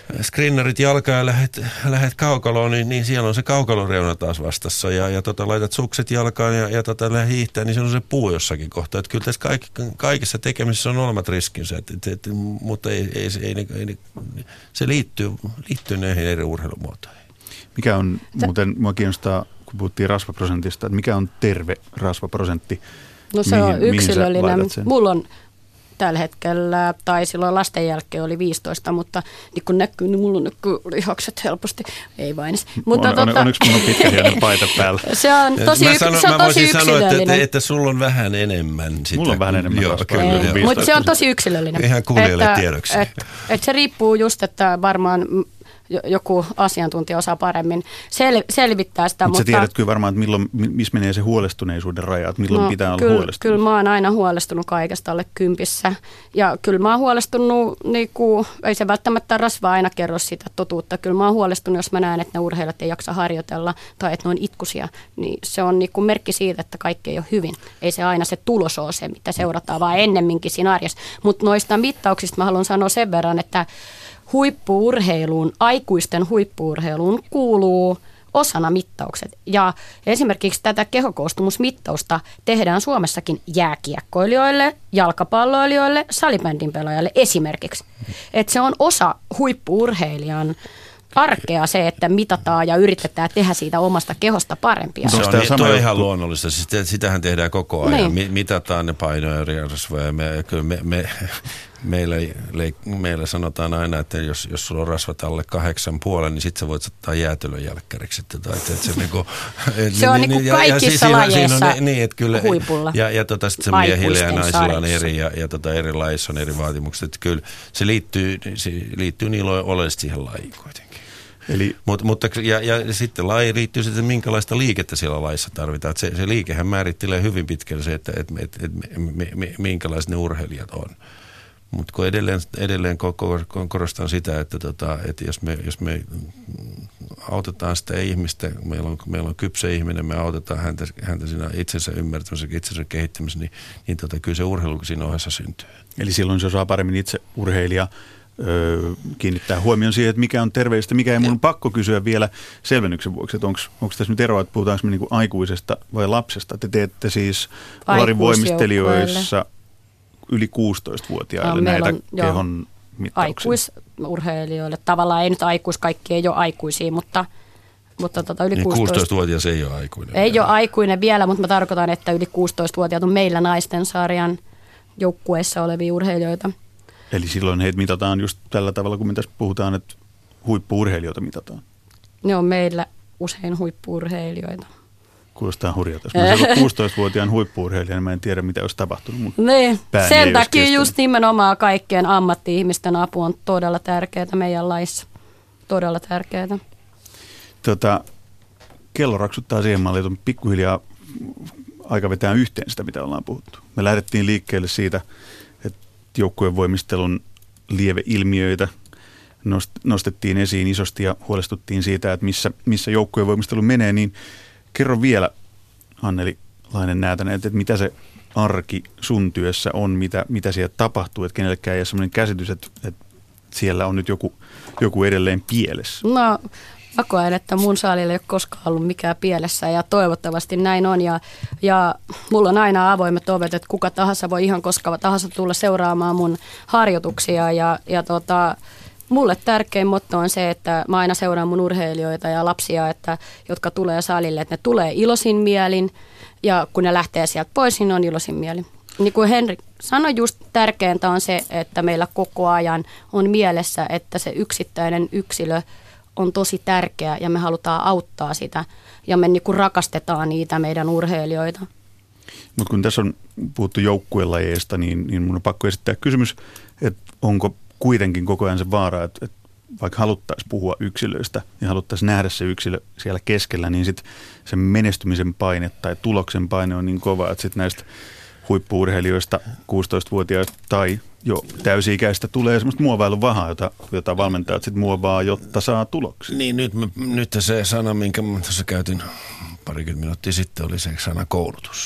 [SPEAKER 3] Screenerit jalkaan ja lähet, lähet kaukaloon, niin, niin siellä on se kaukaloreuna taas vastassa ja, ja tota, laitat sukset jalkaan ja, ja tota, lähdet hiihtää, niin se on se puu jossakin kohtaa. Että kyllä tässä kaikki, kaikissa tekemisissä on olemat riskinsä, et, et, et, mutta ei, ei, ei, ei, ei, se liittyy, liittyy näihin eri urheilumuotoihin.
[SPEAKER 1] Mikä on, muuten mua kiinnostaa, kun puhuttiin rasvaprosentista, että mikä on terve rasvaprosentti?
[SPEAKER 2] No se
[SPEAKER 1] mihin,
[SPEAKER 2] on yksilöllinen.
[SPEAKER 1] Mihin
[SPEAKER 2] Mulla on tällä hetkellä, tai silloin lasten jälkeen oli viisitoista, mutta niin kun näkyy, niin mulla näkyy lihakset helposti. Ei vain. Mutta
[SPEAKER 1] on,
[SPEAKER 2] tota,
[SPEAKER 1] onneksi mulla on pitkähielinen paita päällä.
[SPEAKER 2] Se on tosi,
[SPEAKER 3] mä sano,
[SPEAKER 2] se on
[SPEAKER 3] mä
[SPEAKER 2] tosi
[SPEAKER 3] voisin sanoa, että, että, että sulla on vähän enemmän sitä.
[SPEAKER 1] Mulla on vähän enemmän
[SPEAKER 3] joo,
[SPEAKER 1] rasvaa.
[SPEAKER 3] kyllä,
[SPEAKER 2] mutta se on tosi yksilöllinen.
[SPEAKER 3] Ihan kuulijoille
[SPEAKER 2] että,
[SPEAKER 3] tiedoksi.
[SPEAKER 2] Et, et se riippuu just, että varmaan joku asiantuntija osaa paremmin sel, selvittää sitä.
[SPEAKER 1] Mut
[SPEAKER 2] mutta
[SPEAKER 1] sä tiedät kyllä varmaan, että milloin, missä menee se huolestuneisuuden raja, että milloin
[SPEAKER 2] no,
[SPEAKER 1] pitää olla
[SPEAKER 2] kyllä,
[SPEAKER 1] huolestunut.
[SPEAKER 2] Kyllä mä oon aina huolestunut kaikesta alle kympissä. Ja kyllä mä oon huolestunut, niin kuin, ei se välttämättä rasva aina kerro sitä totuutta. Kyllä mä oon huolestunut, jos mä näen, että ne urheilijat ei jaksa harjoitella tai että ne on itkusia. Niin se on niin kuin merkki siitä, että kaikki ei ole hyvin. Ei se aina se tulos ole se, mitä seurataan, vaan ennemminkin siinä arjessa. Mutta noista mittauksista mä haluan sanoa sen verran, että huippu-urheiluun, aikuisten huippu-urheiluun kuuluu osana mittaukset. Ja esimerkiksi tätä kehokoostumusmittausta tehdään Suomessakin jääkiekkoilijoille, jalkapalloilijoille, salibändin pelaajalle esimerkiksi. Että se on osa huippu-urheilijan arkea se, että mitataan ja yritetään tehdä siitä omasta kehosta parempia.
[SPEAKER 3] Se on,
[SPEAKER 1] on
[SPEAKER 3] niin, toi ihan luonnollista. Siis sitähän tehdään koko ajan.
[SPEAKER 2] Niin.
[SPEAKER 3] Mitataan ne painoja ja rasvoja. Me, kyllä me, me, meillä, meillä sanotaan aina, että jos, jos sulla on rasvat alle kahdeksan puolen, niin sit sä voit ottaa jäätelön jälkkäriksi. Että, että, että se niinku,
[SPEAKER 2] se on niinku kaikissa ja, lajeissa ja niin, että kyllä, huipulla.
[SPEAKER 3] Ja, ja tota, sit se miehillä ja naisilla on eri, ja, ja tota, eri lajeissa on eri vaatimukset. Että kyllä se liittyy, se liittyy niin oleellisesti siihen lajiin kuitenkin. Eli, Mut, mutta ja, ja sitten laji liittyy sitten, minkälaista liikettä siellä lajissa tarvitaan. Se, se liikehän määrittelee hyvin pitkälle se, että et, et, et, et, minkälaiset ne urheilijat on. Mutta kun edelleen, edelleen korostan sitä, että, tota, että jos, me, jos me autetaan sitä ihmistä, meillä on, meillä on kypsä ihminen, me autetaan häntä, häntä siinä itsensä ymmärtämisessä, itsensä kehittämisessä, niin, niin tota, kyllä se urheilu siinä ohessa syntyy. Eli
[SPEAKER 1] silloin se osaa paremmin itse urheilija Öö, kiinnittää huomioon siihen, että mikä on terveellistä, mikä ei. Mun on pakko kysyä vielä selvennyksen vuoksi, että onko tässä nyt eroa, että puhutaanko me niinku aikuisesta vai lapsesta? Te teette siis Olarin voimistelijoissa yli kuusitoistavuotiaille no, näitä on, kehon mittauksia.
[SPEAKER 2] Aikuisurheilijoille. Tavallaan ei nyt aikuis, kaikki ei ole aikuisia, mutta, mutta tota yli niin
[SPEAKER 3] kuusitoistavuotias ei ole aikuinen.
[SPEAKER 2] Ei
[SPEAKER 3] vielä.
[SPEAKER 2] ole aikuinen vielä, mutta mä tarkoitan, että yli kuusitoistavuotiaat on meillä naisten sarjan joukkueessa olevia urheilijoita.
[SPEAKER 1] Eli silloin heitä mitataan just tällä tavalla, kun me tässä puhutaan, että huippu-urheilijoita mitataan.
[SPEAKER 2] Ne on meillä usein huippu-urheilijoita.
[SPEAKER 1] Kuulostaa hurjalta. Jos mä olen kuusitoistavuotiaan huippu-urheilija, niin mä en tiedä, mitä olisi tapahtunut. Mun
[SPEAKER 2] niin. Sen takia just nimenomaan kaikkien ammatti-ihmisten apu on todella tärkeää meidän laissa. Todella tärkeää.
[SPEAKER 1] Tota, kello raksuttaa siihen malliin, että on pikkuhiljaa aika vetää yhteen sitä, mitä ollaan puhuttu. Me lähdettiin liikkeelle siitä, joukkueen voimistelun lieveilmiöitä nostettiin esiin isosti ja huolestuttiin siitä, että missä, missä joukkueen voimistelu menee, niin kerro vielä, Anneli Laine-Näätänen, että mitä se arki sun työssä on, mitä, mitä siellä tapahtuu, että kenellekään ei ole sellainen käsitys, että, että siellä on nyt joku, joku edelleen pielessä.
[SPEAKER 2] No, mä koen, että mun salilla ei ole koskaan ollut mikään pielessä ja toivottavasti näin on. Ja, ja mulla on aina avoimet ovet, että kuka tahansa voi ihan koska tahansa tulla seuraamaan mun harjoituksia. Ja, ja tota, mulle tärkein motto on se, että mä aina seuraan mun urheilijoita ja lapsia, että, jotka tulee salille, että ne tulee iloisin mielin ja kun ne lähtee sieltä pois, niin on iloisin mielin. Niin kuin Henri sanoi, just tärkeintä on se, että meillä koko ajan on mielessä, että se yksittäinen yksilö on tosi tärkeä ja me halutaan auttaa sitä ja me niin kuin rakastetaan niitä meidän urheilijoita.
[SPEAKER 1] Mutta kun tässä on puhuttu joukkuelajeista, niin, niin mun on pakko esittää kysymys, että onko kuitenkin koko ajan se vaara, että, että vaikka haluttaisiin puhua yksilöistä ja haluttaisiin nähdä se yksilö siellä keskellä, niin sitten se menestymisen paine tai tuloksen paine on niin kova, että sitten näistä huippu-urheilijoista kuusitoistavuotiaista tai jo täysi-ikäistä tulee semmoista muovailuvahaa, jota, jota valmentajat sitten muovaa, jotta saa tuloksia.
[SPEAKER 3] Niin, nyt, mä, nyt se sana, minkä mä tuossa käytin parikymmentä minuuttia sitten, oli se sana koulutus.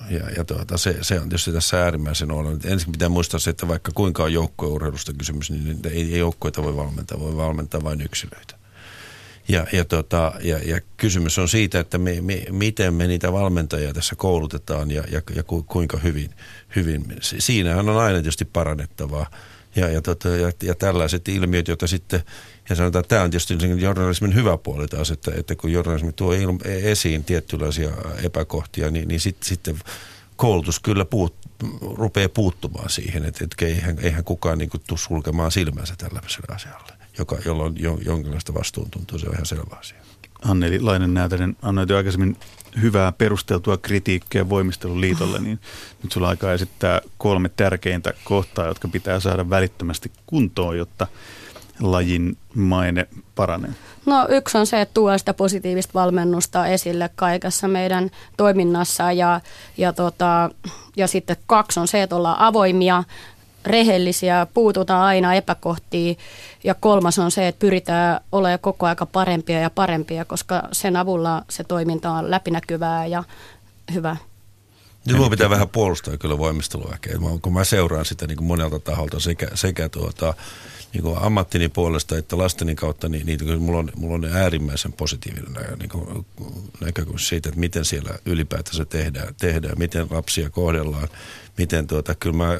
[SPEAKER 3] Ja, ja tuota, se, se on tietysti tässä äärimmäisen oleellinen. Ensin pitää muistaa se, että vaikka kuinka on joukkueurheilusta kysymys, niin ei, ei joukkueita voi valmentaa, voi valmentaa vain yksilöitä. Ja, ja, tota, ja, ja kysymys on siitä, että me, me, miten me niitä valmentajia tässä koulutetaan ja, ja, ja ku, kuinka hyvin, hyvin. Siinähän on aina tietysti parannettavaa. Ja, ja, tota, ja, ja tällaiset ilmiöt, joita sitten, ja sanotaan, että tämä on tietysti journalismin hyvä puoli taas, että, että kun journalismi tuo il, esiin tiettylaisia epäkohtia, niin, niin sit, sitten koulutus kyllä puut, rupeaa puuttumaan siihen, että, että eihän, eihän kukaan niin kuin tule sulkemaan silmänsä tällaiselle asialle, joka, jolla on jo, jonkinlaista vastuuntuntua, se on ihan selvä asia.
[SPEAKER 1] Anneli Lainen-Näätänen, annoit jo aikaisemmin hyvää perusteltua kritiikkiä Voimisteluliitolle, niin nyt sulla on aikaa esittää kolme tärkeintä kohtaa, jotka pitää saada välittömästi kuntoon, jotta lajin maine paranee.
[SPEAKER 2] No yksi on se, että tuo sitä positiivista valmennusta esille kaikessa meidän toiminnassa ja, ja, tota, ja sitten kaksi on se, että ollaan avoimia, rehellisiä, puututaan aina epäkohtiin ja kolmas on se, että pyritään olemaan koko aika parempia ja parempia, koska sen avulla se toiminta on läpinäkyvää ja hyvä.
[SPEAKER 3] Nyt minun pitää vähän puolustaa kyllä voimisteluväkeä, kun mä seuraan sitä niin kuin monelta taholta sekä, sekä tuota, niin kuin ammattini puolesta että lasteni kautta, niin, niin mulla, on, mulla on äärimmäisen positiivinen niin kuin näkökulma siitä, että miten siellä ylipäätänsä tehdään, tehdään, miten lapsia kohdellaan, miten tuota, kyllä mä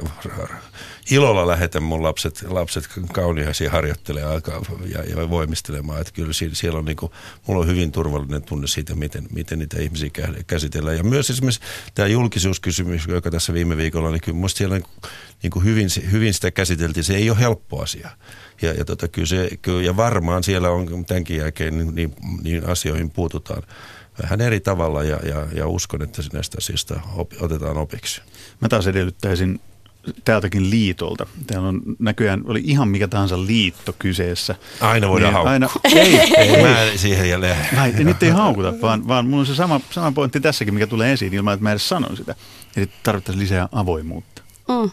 [SPEAKER 3] ilolla lähetän mun lapset, lapset kauniaisia harjoittelemaan ja, ja voimistelemaan, että kyllä siellä, siellä on niin kuin, mulla on hyvin turvallinen tunne siitä, miten, miten niitä ihmisiä käsitellään. Ja myös esimerkiksi tämä julkisuuskysymys, joka tässä viime viikolla, niin kyllä musta siellä niin kuin hyvin, hyvin sitä käsiteltiin, se ei ole helppo asia. Ja, ja, tota, kyllä se, kyllä, ja varmaan siellä on tämänkin jälkeen niin, niin, niin asioihin puututaan vähän eri tavalla ja, ja, ja uskon, että näistä asioista op, otetaan opiksi.
[SPEAKER 1] Mä taas edellyttäisin täältäkin liitolta. Täällä on näköjään, oli ihan mikä tahansa liitto kyseessä.
[SPEAKER 3] Aina voidaan
[SPEAKER 1] niin,
[SPEAKER 3] haukua.
[SPEAKER 1] aina, ei, ei,
[SPEAKER 3] mä siihen jälleen.
[SPEAKER 1] Mä, ei, nyt ei haukuta, vaan, vaan mulla on se sama, sama pointti tässäkin, mikä tulee esiin ilman, että mä edes sanon sitä. Eli tarvittaisiin lisää avoimuutta.
[SPEAKER 2] Mm.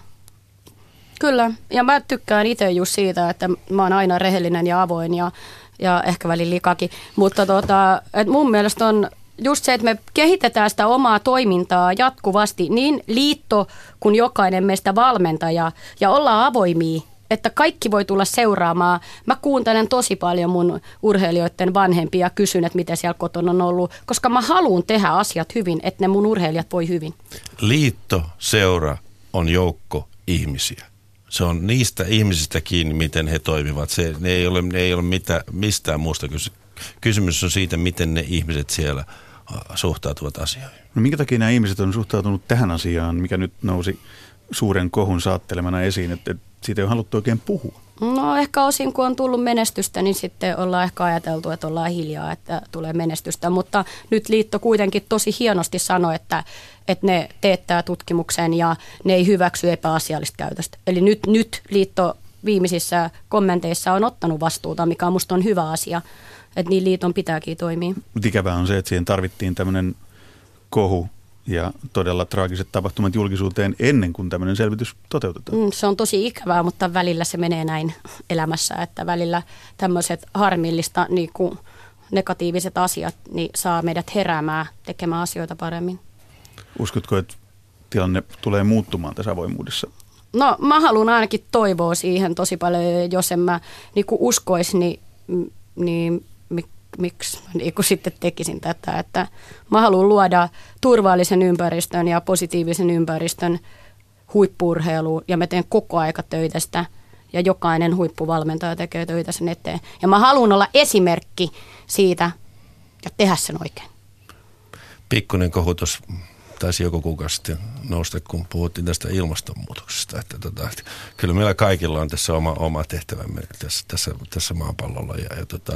[SPEAKER 2] Kyllä, ja mä tykkään itse just siitä, että mä oon aina rehellinen ja avoin ja, ja ehkä välin likakin. Mutta tota, et mun mielestä on just se, että me kehitetään sitä omaa toimintaa jatkuvasti, niin liitto kuin jokainen meistä valmentaja, ja ollaan avoimia, että kaikki voi tulla seuraamaan. Mä kuuntelen tosi paljon mun urheilijoiden vanhempia ja kysyn, että miten siellä kotona on ollut, koska mä haluan tehdä asiat hyvin, että ne mun urheilijat voi hyvin.
[SPEAKER 3] Liitto, seura on joukko ihmisiä. Se on niistä ihmisistä kiinni, miten he toimivat. Se, ne ei ole, ne ei ole mitä, mistään muusta kysymys. Kysymys on siitä, miten ne ihmiset siellä suhtautuvat asioihin.
[SPEAKER 1] No minkä takia nämä ihmiset on suhtautunut tähän asiaan, mikä nyt nousi suuren kohun saattelemana esiin, että, että siitä ei ole haluttu oikein puhua?
[SPEAKER 2] No ehkä osin, kun on tullut menestystä, niin sitten ollaan ehkä ajateltu, että ollaan hiljaa, että tulee menestystä. Mutta nyt liitto kuitenkin tosi hienosti sanoi, että, että ne teettää tutkimuksen ja ne ei hyväksy epäasiallista käytöstä. Eli nyt, nyt liitto viimeisissä kommenteissa on ottanut vastuuta, mikä musta on hyvä asia. Että niin liiton pitääkin toimia. Mutta
[SPEAKER 1] ikävää on se, että siihen tarvittiin tämmöinen kohu ja todella traagiset tapahtumat julkisuuteen ennen kuin tämmöinen selvitys toteutetaan.
[SPEAKER 2] Mm, se on tosi ikävää, mutta välillä se menee näin elämässä, että välillä tämmöiset harmillista niin kuin negatiiviset asiat niin saa meidät heräämään tekemään asioita paremmin.
[SPEAKER 1] Uskotko, että tilanne tulee muuttumaan tässä avoimuudessa?
[SPEAKER 2] No mä haluan ainakin toivoa siihen tosi paljon, jos en mä niin kuin uskoisi, niin, niin miksi niin kuin sitten tekisin tätä, että mä haluan luoda turvallisen ympäristön ja positiivisen ympäristön huippu-urheiluun ja mä teen koko aika töitä sitä ja jokainen huippuvalmentaja tekee töitä sen eteen. Ja mä haluan olla esimerkki siitä ja tehdä sen oikein.
[SPEAKER 3] Pikkuinen kohutus taisi joku kuukausi sitten nousta, kun puhuttiin tästä ilmastonmuutoksesta. Että tota, että kyllä meillä kaikilla on tässä oma, oma tehtävämme tässä, tässä, tässä maapallolla ja, ja tota,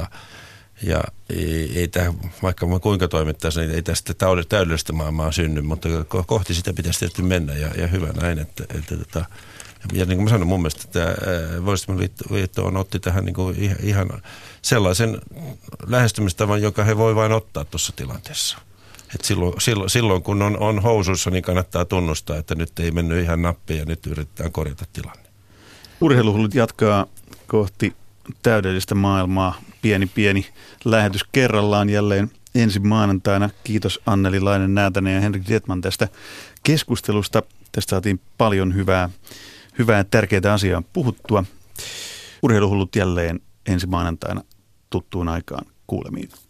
[SPEAKER 3] Ja ei, ei tämä, vaikka mä kuinka toimittaisiin, niin ei tästä täydellistä maailmaa synny, mutta kohti sitä pitäisi tietysti mennä ja, ja hyvä näin. Että, että, että, ja niin kuin mä sanoin, mun mielestä tämä Voimisteluliitto on otti tähän niin kuin ihan sellaisen lähestymistavan, joka he voi vain ottaa tuossa tilanteessa. Et silloin, silloin, silloin kun on, on housuissa, niin kannattaa tunnustaa, että nyt ei mennyt ihan nappiin ja nyt yritetään korjata tilanne.
[SPEAKER 1] Urheiluhullut jatkaa kohti täydellistä maailmaa. Pieni pieni lähetys kerrallaan jälleen ensi maanantaina. Kiitos Anneli Laine-Näätänen ja Henrik Detman tästä keskustelusta. Tästä saatiin paljon hyvää, hyvää ja tärkeää asiaa puhuttua. Urheiluhullut jälleen ensi maanantaina tuttuun aikaan kuulemiin.